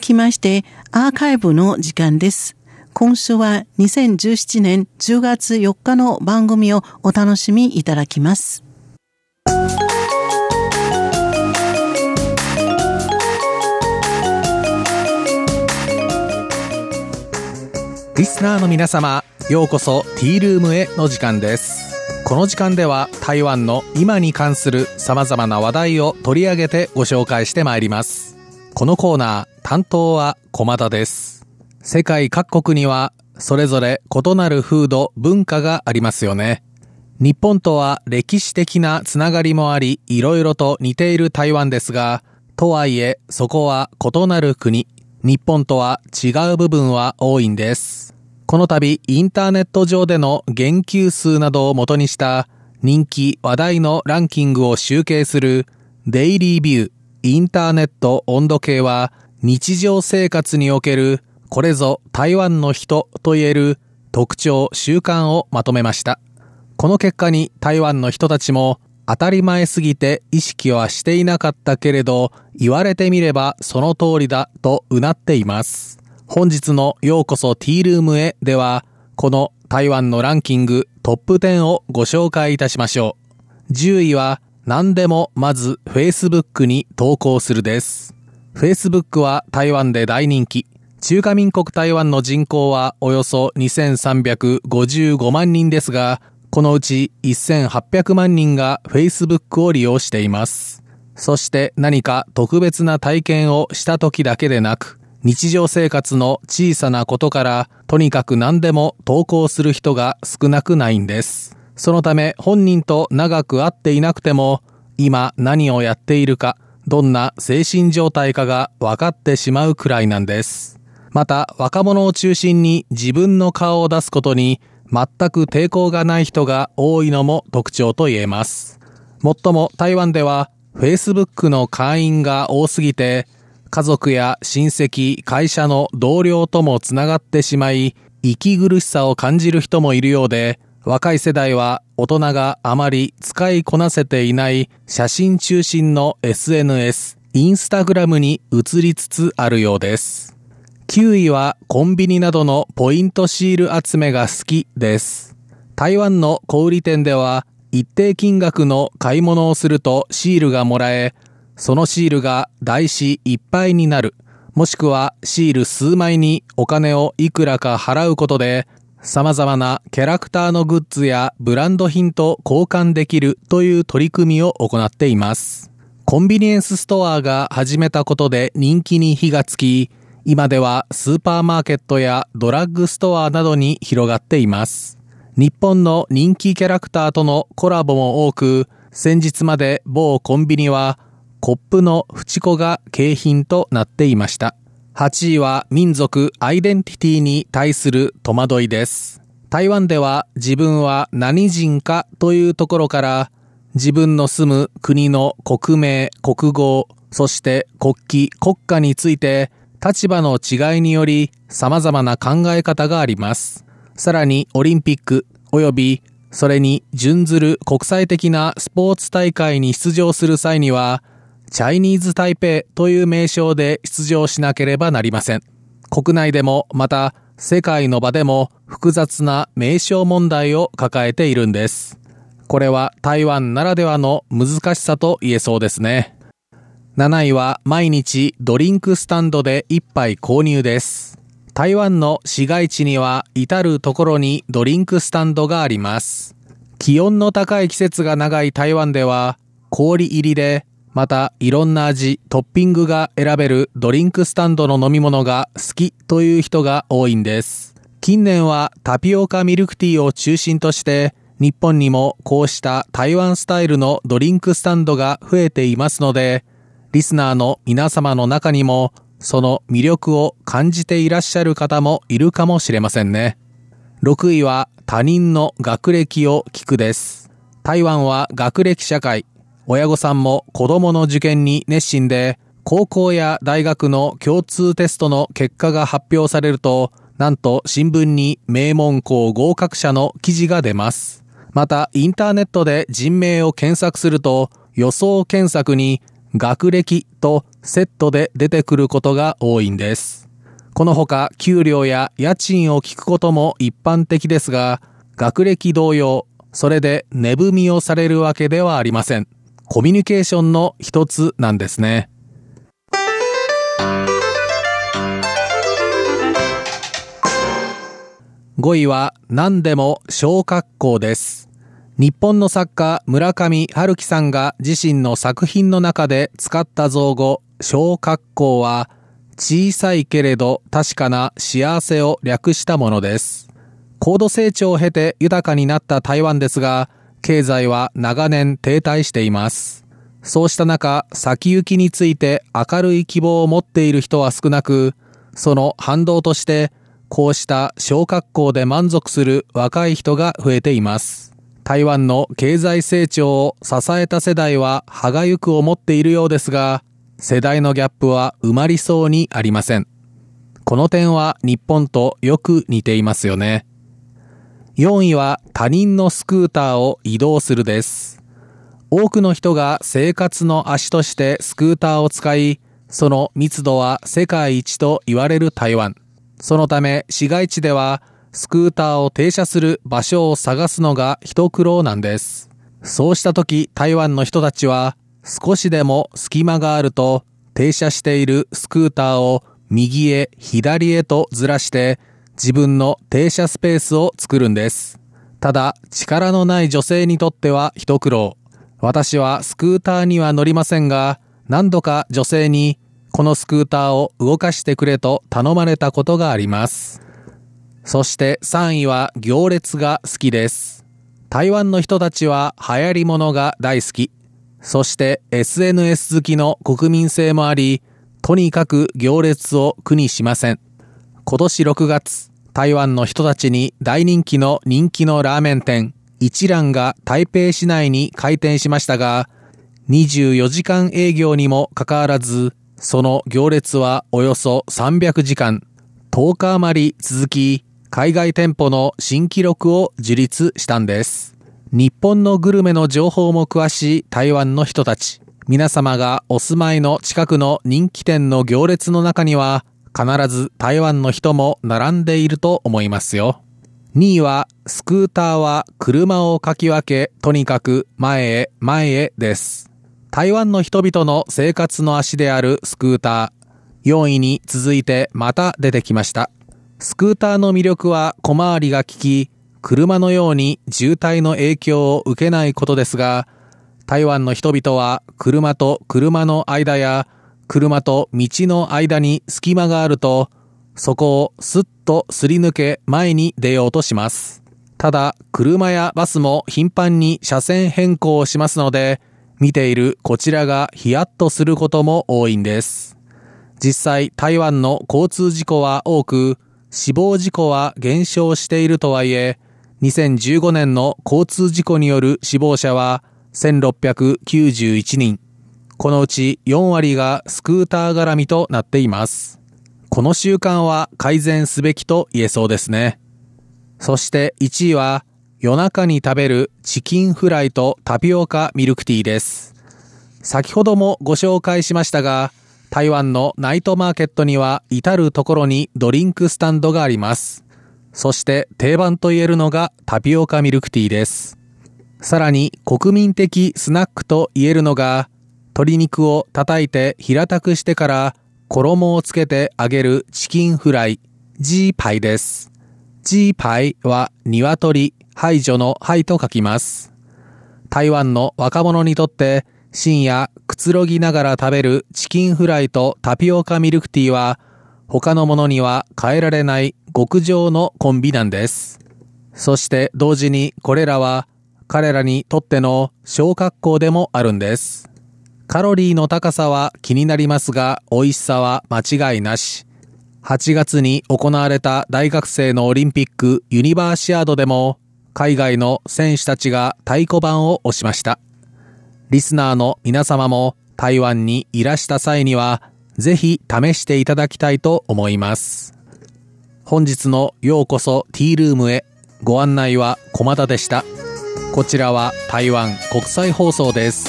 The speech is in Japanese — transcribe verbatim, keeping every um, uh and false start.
きましてアーカイブの時間です。今週はにせんじゅうななねんじゅうがつよっかの番組をお楽しみいただきます。 リスナーの皆様、ようこそティールームへの時間です。この時間では台湾の今に関する様々な話題を取り上げてご紹介してまいります。このコーナー担当は駒田です。世界各国にはそれぞれ異なる風土文化がありますよね。日本とは歴史的なつながりもあり、いろいろと似ている台湾ですが、とはいえそこは異なる国、日本とは違う部分は多いんです。この度インターネット上での言及数などを元にした人気話題のランキングを集計するデイリービューインターネット温度計は、日常生活におけるこれぞ台湾の人と言える特徴習慣をまとめました。この結果に台湾の人たちも当たり前すぎて意識はしていなかったけれど、言われてみればその通りだとうなっています。本日のようこそティールームへでは、この台湾のランキングトップじゅうをご紹介いたしましょう。じゅういは何でもまず Facebook に投稿するです。Facebook は台湾で大人気。中華民国台湾の人口はおよそにせんさんびゃくごじゅうごまんにんですが、このうちせんはっぴゃくまんにんが Facebook を利用しています。そして何か特別な体験をした時だけでなく、日常生活の小さなことからとにかく何でも投稿する人が少なくないんです。そのため本人と長く会っていなくても、今何をやっているか、どんな精神状態かが分かってしまうくらいなんです。また若者を中心に自分の顔を出すことに全く抵抗がない人が多いのも特徴と言えます。もっとも台湾では Facebook の会員が多すぎて、家族や親戚、会社の同僚ともつながってしまい、息苦しさを感じる人もいるようで、若い世代は大人があまり使いこなせていない写真中心の エスエヌエス、インスタグラムに移りつつあるようです。きゅういはコンビニなどのポイントシール集めが好きです。台湾の小売店では一定金額の買い物をするとシールがもらえ、そのシールが台紙いっぱいになる、もしくはシール数枚にお金をいくらか払うことで、様々なキャラクターのグッズやブランド品と交換できるという取り組みを行っています。コンビニエンスストアが始めたことで人気に火がつき、今ではスーパーマーケットやドラッグストアなどに広がっています。日本の人気キャラクターとのコラボも多く、先日まで某コンビニはコップのフチ子が景品となっていました。はちいは民族アイデンティティに対する戸惑いです。台湾では自分は何人かというところから、自分の住む国の国名、国号、そして国旗、国家について立場の違いにより様々な考え方があります。さらにオリンピック及びそれに準ずる国際的なスポーツ大会に出場する際には、チャイニーズ台北という名称で出場しなければなりません。国内でもまた世界の場でも複雑な名称問題を抱えているんです。これは台湾ならではの難しさと言えそうですね。なないは毎日ドリンクスタンドで一杯購入です。台湾の市街地には至るところにドリンクスタンドがあります。気温の高い季節が長い台湾では氷入りで、またいろんな味、トッピングが選べるドリンクスタンドの飲み物が好きという人が多いんです。近年はタピオカミルクティーを中心として日本にもこうした台湾スタイルのドリンクスタンドが増えていますので、リスナーの皆様の中にもその魅力を感じていらっしゃる方もいるかもしれませんね。ろくいは他人の学歴を聞くです。台湾は学歴社会。親御さんも子供の受験に熱心で、高校や大学の共通テストの結果が発表されると、なんと新聞に名門校合格者の記事が出ます。またインターネットで人名を検索すると、予想検索に学歴とセットで出てくることが多いんです。このほか給料や家賃を聞くことも一般的ですが、学歴同様、それで値踏みをされるわけではありません。コミュニケーションの一つなんですね。ごいは何でも小格好です。日本の作家村上春樹さんが自身の作品の中で使った造語小格好は小さいけれど確かな幸せを略したものです。高度成長を経て豊かになった台湾ですが、経済は長年停滞しています。そうした中、先行きについて明るい希望を持っている人は少なく、その反動としてこうした小格好で満足する若い人が増えています。台湾の経済成長を支えた世代は歯がゆく思っているようですが、世代のギャップは埋まりそうにありません。この点は日本とよく似ていますよね。よんいは他人のスクーターを移動するです。多くの人が生活の足としてスクーターを使い、その密度は世界一と言われる台湾。そのため市街地ではスクーターを停車する場所を探すのが一苦労なんです。そうした時、台湾の人たちは少しでも隙間があると停車しているスクーターを右へ左へとずらして自分の停車スペースを作るんです。ただ力のない女性にとっては一苦労。私はスクーターには乗りませんが、何度か女性にこのスクーターを動かしてくれと頼まれたことがあります。そしてさんいは行列が好きです。台湾の人たちは流行り物が大好き。そして エスエヌエス 好きの国民性もあり、とにかく行列を苦にしません。今年ろくがつ、台湾の人たちに大人気の人気のラーメン店、一蘭が台北市内に開店しましたが、にじゅうよじかん営業にもかかわらず、その行列はおよそさんびゃくじかん、とおか余り続き、海外店舗の新記録を樹立したんです。日本のグルメの情報も詳しい台湾の人たち、皆様がお住まいの近くの人気店の行列の中には、必ず台湾の人も並んでいると思いますよ。にいはスクーターは車をかき分け、とにかく前へ前へです。台湾の人々の生活の足であるスクーター。よんいに続いてまた出てきました。スクーターの魅力は小回りが利き、車のように渋滞の影響を受けないことですが、台湾の人々は車と車の間や車と道の間に隙間があると、そこをスッとすり抜け前に出ようとします。ただ、車やバスも頻繁に車線変更をしますので、見ているこちらがヒヤッとすることも多いんです。実際、台湾の交通事故は多く、死亡事故は減少しているとはいえ、にせんじゅうごねんの交通事故による死亡者はせんろっぴゃくきゅうじゅういちにん。このうちよんわりがスクーター絡みとなっています。この習慣は改善すべきと言えそうですね。そしていちいは夜中に食べるチキンフライとタピオカミルクティーです。先ほどもご紹介しましたが、台湾のナイトマーケットには至るところにドリンクスタンドがあります。そして定番と言えるのがタピオカミルクティーです。さらに国民的スナックと言えるのが、鶏肉を叩いて平たくしてから衣をつけて揚げるチキンフライ、ジーパイです。ジーパイは鶏、排除の排と書きます。台湾の若者にとって深夜くつろぎながら食べるチキンフライとタピオカミルクティーは他のものには変えられない極上のコンビなんです。そして同時にこれらは彼らにとっての小格好でもあるんです。カロリーの高さは気になりますが、美味しさは間違いなし。はちがつに行われた大学生のオリンピックユニバーシアードでも海外の選手たちが太鼓判を押しました。リスナーの皆様も台湾にいらした際にはぜひ試していただきたいと思います。本日のようこそティールームへ、ご案内は駒田でした。こちらは台湾国際放送です。